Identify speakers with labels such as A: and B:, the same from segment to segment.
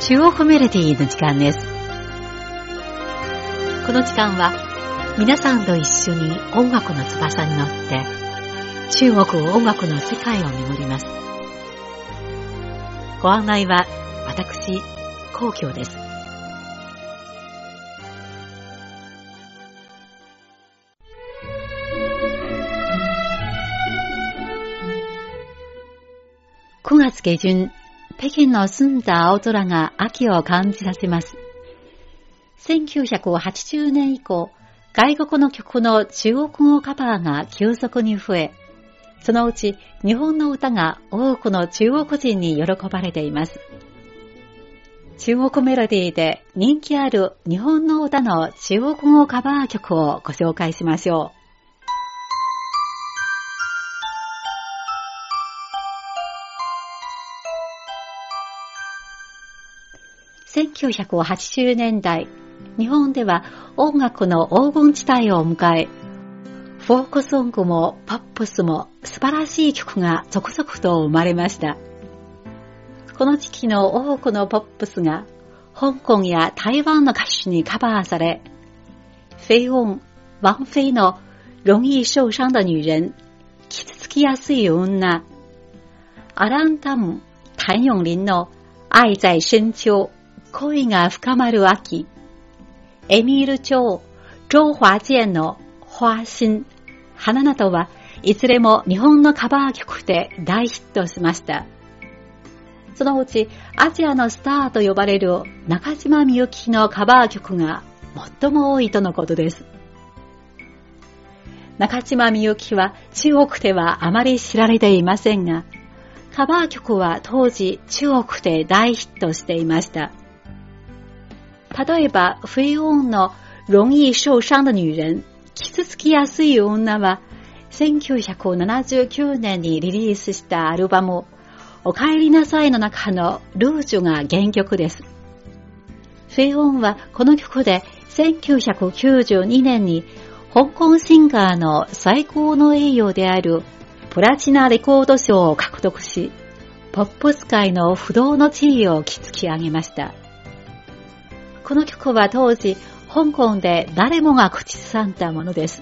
A: 中国メロディーの時間です。この時間は皆さんと一緒に音楽の翼に乗って中国音楽の世界を巡ります。ご案内は私、皇居です。9月下旬、北京の澄んだ青空が秋を感じさせます。1980年以降、外国の曲の中国語カバーが急速に増え、そのうち日本の歌が多くの中国人に喜ばれています。中国メロディーで人気ある日本の歌の中国語カバー曲をご紹介しましょう。1980年代、日本では音楽の黄金時代を迎え、フォークソングもポップスも素晴らしい曲が続々と生まれました。この時期の多くのポップスが香港や台湾の歌手にカバーされ、費翁、王菲の容易受傷的女人、傷つきやすい女、アランタム、譚詠麟の愛在深秋、恋が深まる秋、エミール・チョウ、周華健の花心、花などはいずれも日本のカバー曲で大ヒットしました。そのうちアジアのスターと呼ばれる中島みゆきのカバー曲が最も多いとのことです。中島みゆきは中国ではあまり知られていませんが、カバー曲は当時中国で大ヒットしていました。例えば、費翁の容易受傷的女人、傷つきやすい女は、1979年にリリースしたアルバム、おかえりなさいの中のルージュが原曲です。費翁はこの曲で1992年に香港シンガーの最高の栄誉であるプラチナレコード賞を獲得し、ポップス界の不動の地位を築き上げました。この曲は当時、香港で誰もが口ずさんだものです。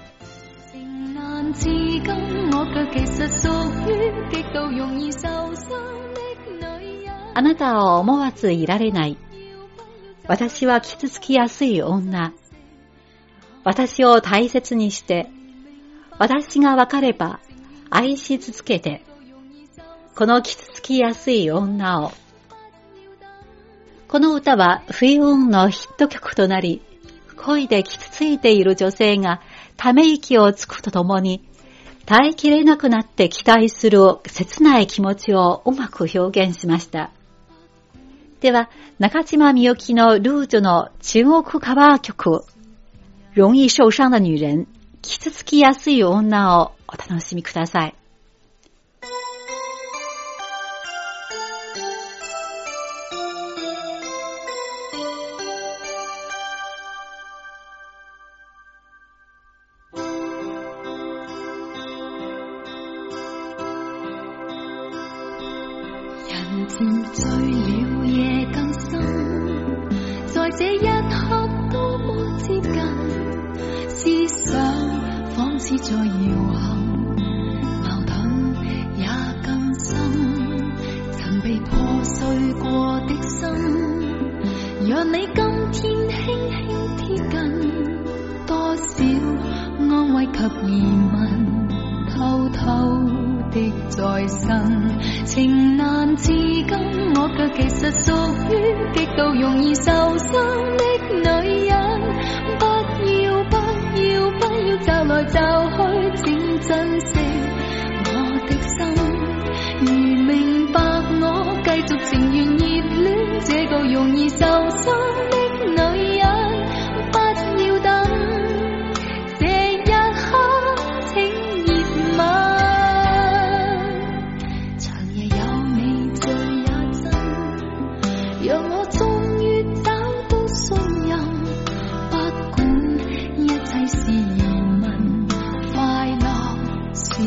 A: あなたを思わずいられない。私は傷つきやすい女。私を大切にして、私がわかれば愛し続けて、この傷つきやすい女を。この歌は費翁のヒット曲となり、恋で傷ついている女性がため息をつくとともに、耐えきれなくなって期待する切ない気持ちをうまく表現しました。では、中島みゆきのルージュの中国カバー曲、容易受傷的女人、傷つきやすい女をお楽しみください。
B: 漸醉了夜更深，在這一刻多麼接近，思想仿似在搖撼，矛盾也更深，曾被破碎過的心，讓你今天輕輕貼近，多少安慰及疑問，偷偷的在身，情難自禁，我卻其實屬於極度容易受傷的女人。不要不要不要驟來驟去，請珍惜我的心。如明白我繼續情願熱戀這個容易受傷的女人，不要等這一刻請熱吻。讓我終於找到信任，不管一切是疑問，快樂。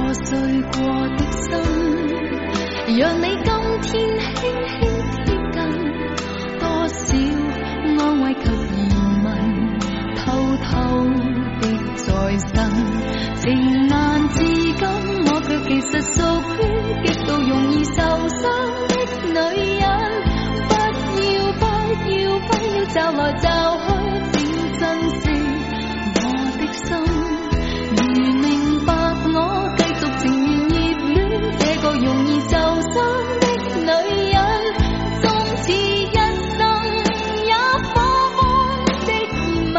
B: 破碎過的心，讓你今天輕輕貼近，多少安慰及疑問，偷偷的在生。情難至今，我卻其實屬於極度容易受傷的女人。不要找來找去，請珍惜我的心。如明白我繼續情願熱戀這個容易受傷的女人，終此一生也火般的吻。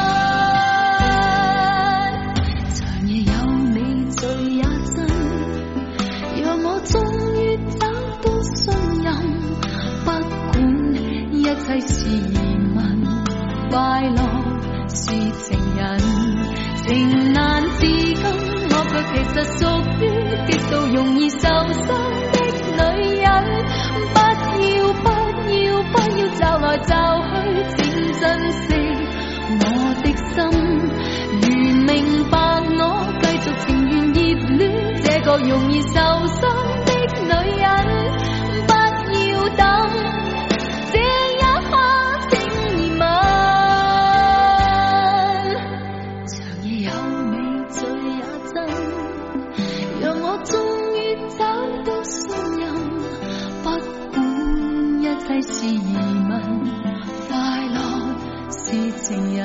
B: 長夜有你最也真，讓我終於找到信任。不管一切是疑問，快樂是情人。情難至今，我卻其實屬於極度容易受傷的女人。不要找來找去，請珍惜我的心。如明白我繼續情願熱戀這個容易受傷的女人，不要等這一刻請疑問。長夜有你最也真，讓我終於找到信任。不管一切是疑問，快樂是情人。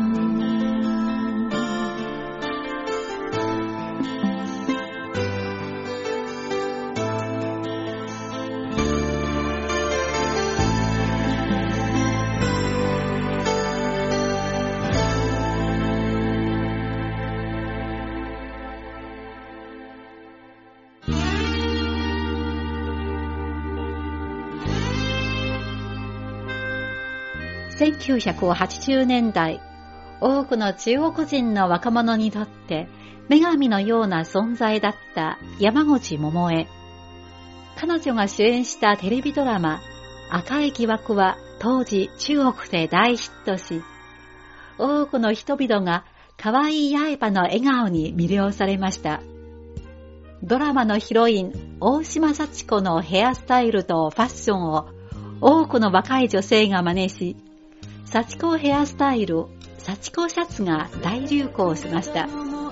A: 1980年代、多くの中国人の若者にとって女神のような存在だった山口百恵。彼女が主演したテレビドラマ赤い疑惑は当時中国で大ヒットし、多くの人々が可愛い刃の笑顔に魅了されました。ドラマのヒロイン大島幸子のヘアスタイルとファッションを多くの若い女性が真似し、幸子ヘアスタイル、幸子シャツが大流行しました。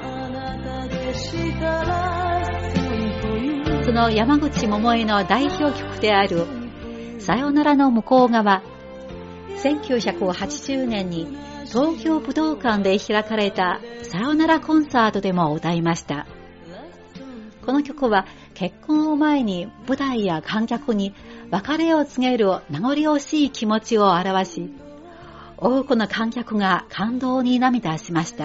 A: その山口百恵の代表曲であるさよならの向こう側、1980年に東京武道館で開かれたさよならコンサートでも歌いました。この曲は結婚を前に舞台や観客に別れを告げる名残惜しい気持ちを表し、多くの観客が感動に涙しました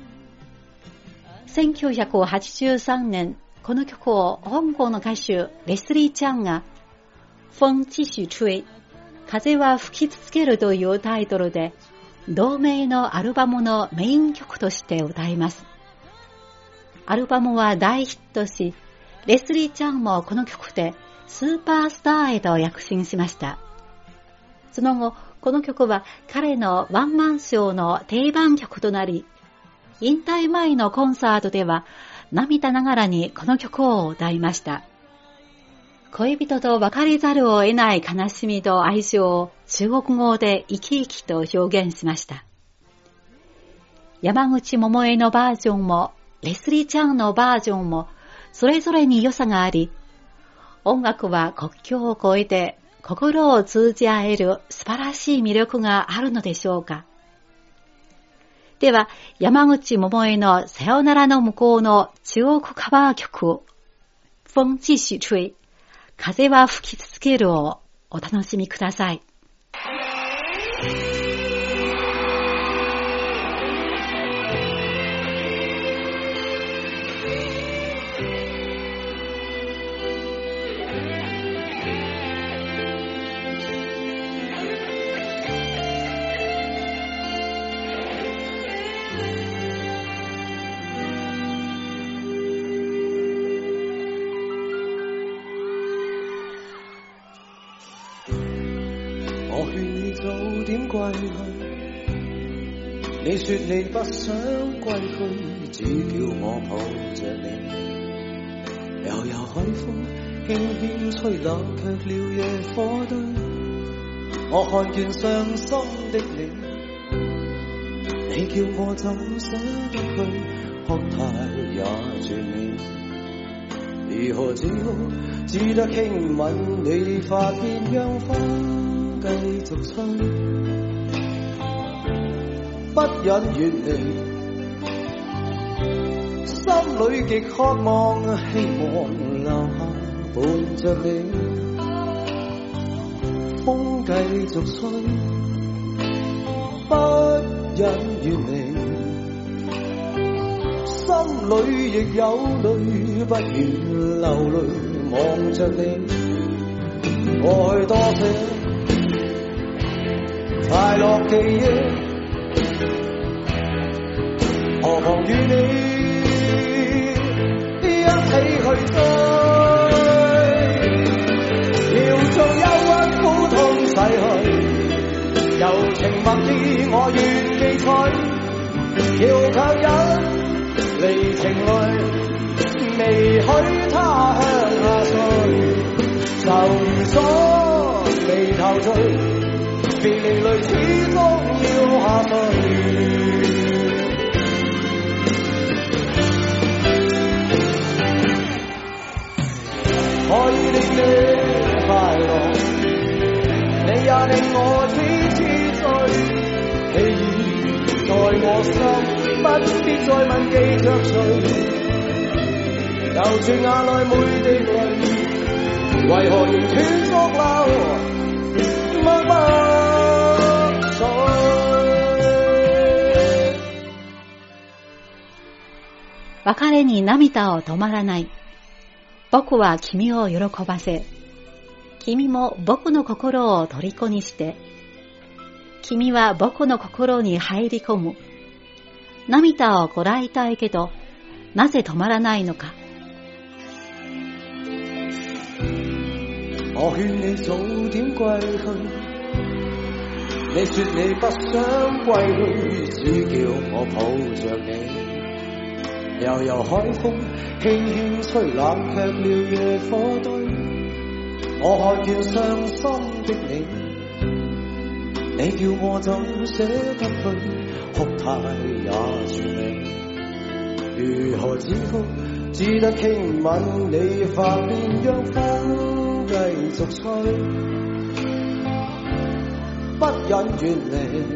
A: 。1983年、この曲を香港の歌手レスリー・チャンが風繼續吹、風は吹き続けるというタイトルで同名のアルバムのメイン曲として歌います。アルバムは大ヒットし、レスリー・チャンもこの曲でスーパースターへと躍進しました。その後、この曲は彼のワンマンショーの定番曲となり、引退前のコンサートでは涙ながらにこの曲を歌いました。恋人と別れざるを得ない悲しみと愛情を中国語で生き生きと表現しました。山口百恵のバージョンもレスリー・チャンのバージョンもそれぞれに良さがあり、音楽は国境を越えて心を通じ合える素晴らしい魅力があるのでしょうか。では、山口百恵のさよならの向こうの中国カバー曲、風繼續吹、風は吹き続けるをお楽しみください。
C: 我勸你早點歸去，你說你不想歸去，只叫我抱着你。 悠悠海風輕輕吹，冷卻了野火堆。我看見傷心的你，你叫我怎捨得去，哭態也絕美。如何只好只得輕吻你髮邊，讓風繼續吹，不忍遠離，心裏極渴望，希望留下伴着你。風繼續吹，不忍遠離，心裏亦有淚，不願流淚望着你。過去多些快樂記憶，何妨與你一起去追，要將憂鬱苦痛洗去，柔情蜜意我願記取，要強忍離情淚，未許他向下垂，就如鎖眉頭聚，別離淚始終要下垂。可以令你快樂，你也令我痴痴醉。你已在我心，不必再問記着誰。流住眼內每滴淚，為何仍斷續流，默默
A: 別れに涙を止まらない。僕は君を喜ばせ、君も僕の心を虜にして、君は僕の心に入り込む。涙をこらえたいけど、なぜ止まらないのか。
C: 我勸你早點歸去，你說你不想歸去，只叫我抱着你。悠悠海風輕輕吹，冷卻了野火堆。我看見傷心的你，你叫我怎捨得去，哭態也絕美。如何只好只得輕吻你髮邊，讓風繼續吹，不忍遠離，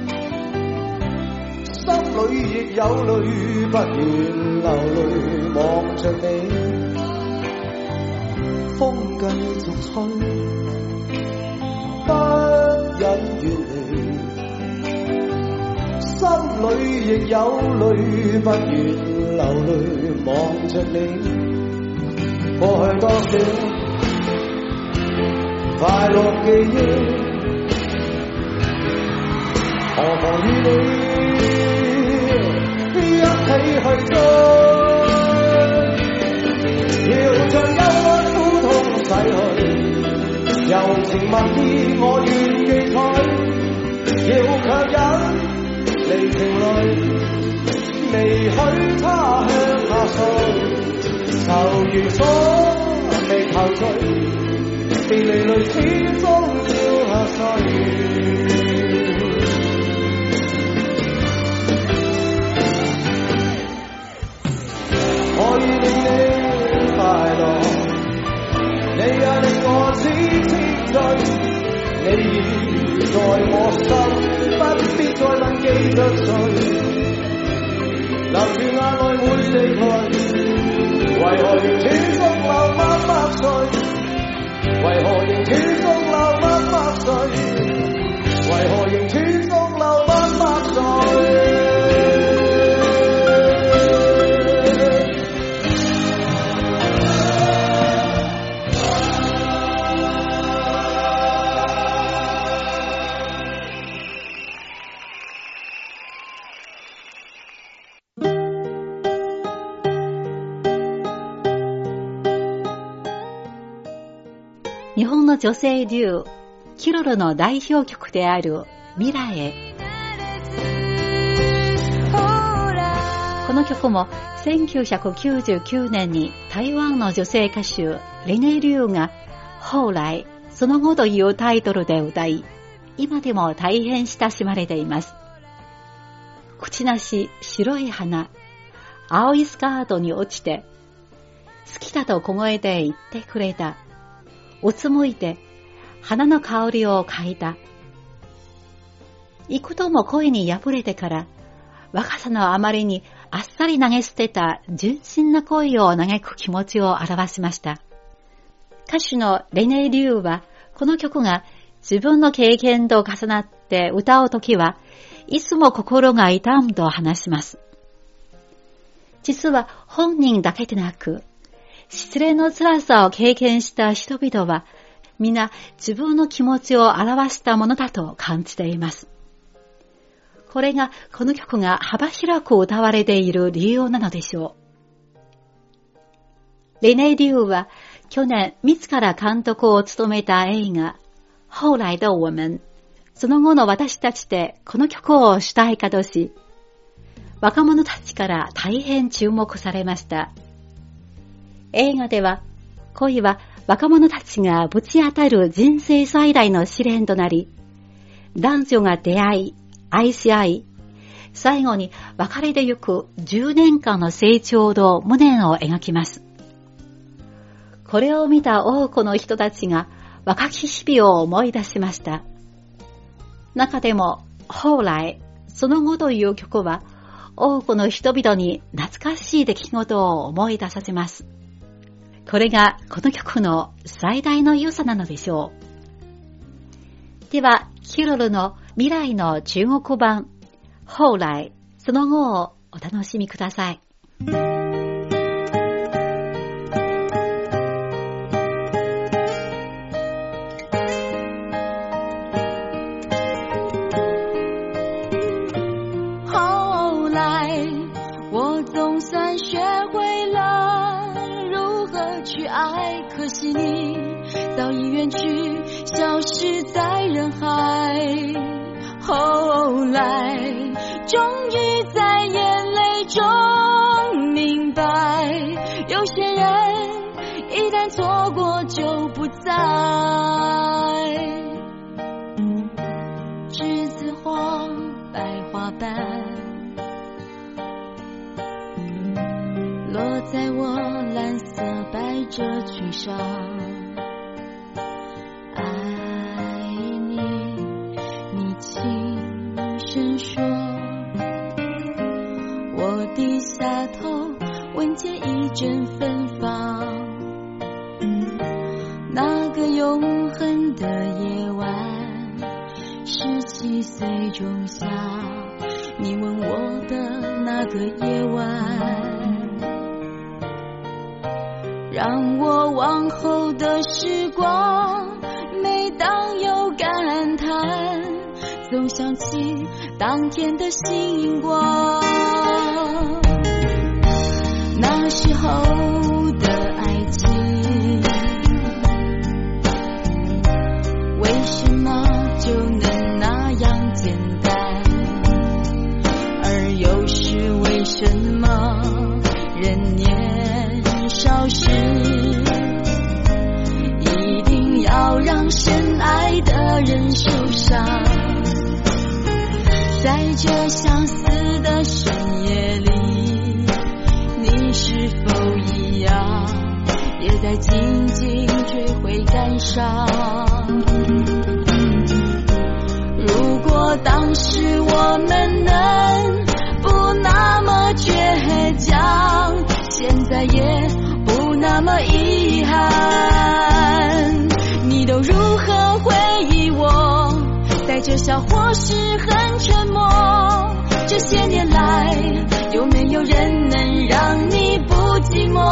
C: 心裏亦有淚，不願流淚望着你。風繼續吹，不忍遠離，心裏亦有淚，不願流淚望着你。過去多少快樂記憶，何妨與你一起去追，要將憂鬱苦痛洗去，柔情蜜意我願記取，要強忍離情淚，未許他向下垂，愁如鎖眉頭聚，別離淚始終要下垂。可以令你快樂，你也令我痴痴醉。你已在我心，不必再問記着誰。流住眼內每滴淚，為何仍斷續流默默垂？為何仍斷續流默默垂？為何仍斷續流默默垂？
A: 日本の女性デュオ、キロロの代表曲である未来へ。ここの曲も1999年に台湾の女性歌手リネ・リュウが後来その後というタイトルで歌い、今でも大変親しまれています。口なし白い花、青いスカートに落ちて、好きだと小声で言ってくれた。うつむいて花の香りを嗅いだ。幾度も恋に破れてから、若さのあまりにあっさり投げ捨てた純真な恋を嘆く気持ちを表しました。歌手のレネ・リュウは、この曲が自分の経験と重なって歌うときはいつも心が痛むと話します。実は本人だけでなく、失恋の辛さを経験した人々は皆自分の気持ちを表したものだと感じています。これがこの曲が幅広く歌われている理由なのでしょう。レネ・リュウは去年自ら監督を務めた映画後来的我们、その後の私たちでこの曲を主題歌とし、若者たちから大変注目されました。映画では恋は若者たちがぶち当たる人生最大の試練となり、男女が出会い、愛し合い、最後に別れてゆく10年間の成長と無念を描きます。これを見た多くの人たちが若き日々を思い出しました。中でも、後来、その後という曲は、多くの人々に懐かしい出来事を思い出させます。これがこの曲の最大の良さなのでしょう。では、キロルの未来の中国版、後来、その後をお楽しみください。
B: 后来，我总算学会了如何去爱，可惜你早已远去，消失在人海。后来终于在眼泪中明白，有些人一旦错过就不再。栀子花白花瓣落在我蓝色百褶裙上，声说，我低下头，闻见一阵芬芳。那个永恒的夜晚，17岁仲夏，你吻我的那个夜晚，让我往后的时光，每当有感叹，总想起当天的星光。那时候的爱情，为什么就能那样简单？而又是为什么人年少时，一定要让深爱的人受伤？在这相似的深夜里，你是否一样，也在静静追悔感伤？如果当时我们能不那么倔强，现在也不那么遗憾。你都如何回忆我？在这笑或是很沉默，这些年来有没有人能让你不寂寞？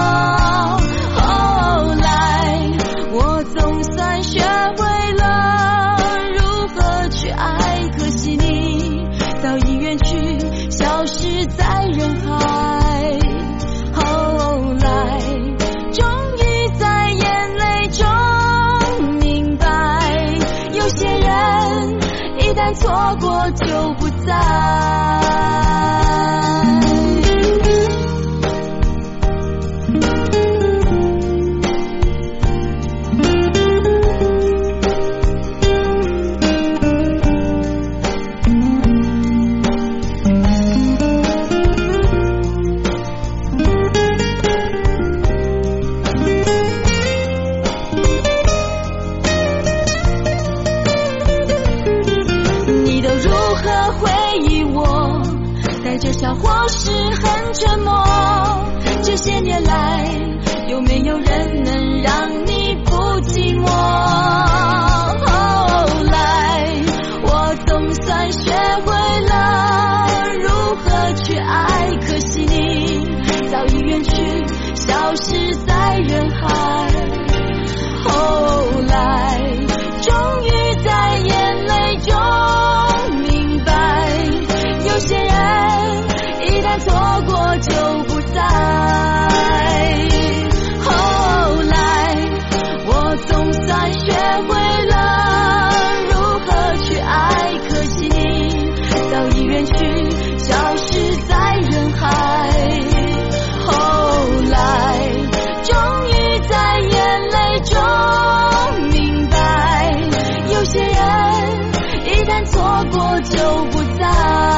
B: 后来我总算学会了如何去爱，可惜你早已远去，消失在人海。后来终于在眼泪中明白，有些人一旦错过就不再。 笑或是很沉默。这些年来，有没有人能让你不寂寞？后来，我总算学会了如何去爱，可惜你早已远去，消失在人海。后来，终于在眼泪中明白，有些人一旦错过就不再。后来，我总算学会了如何去爱，可惜你早已远去，消失在人海。后来，终于在眼泪中明白，有些人一旦错过就不再，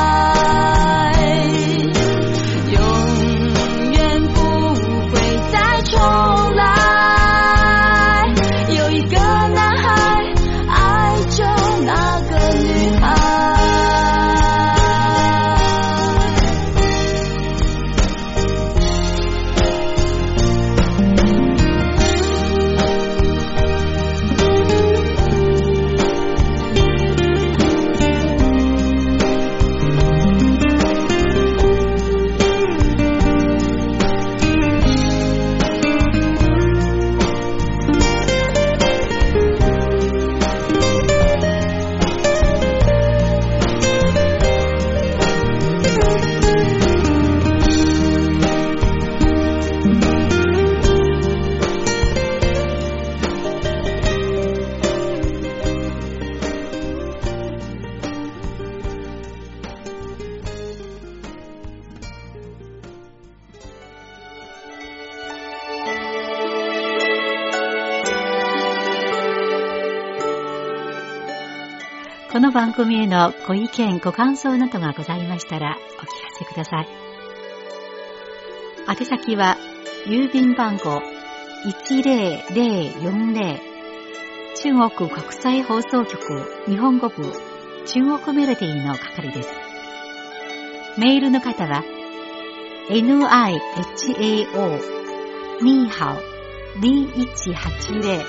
B: 永远不会再重来。有一个男孩爱着那个女孩。
A: この番組へのご意見ご感想などがございましたらお聞かせください。宛先は郵便番号 10040 中国国際放送局日本語部中国メロディーの係です。メールの方は nihao ニーハオ2180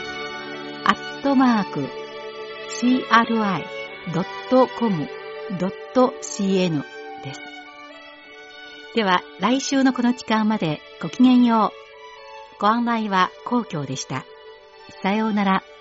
A: @cri.com.cn です。では来週のこの時間までごきげんよう。ご案内は皇居でした。さようなら。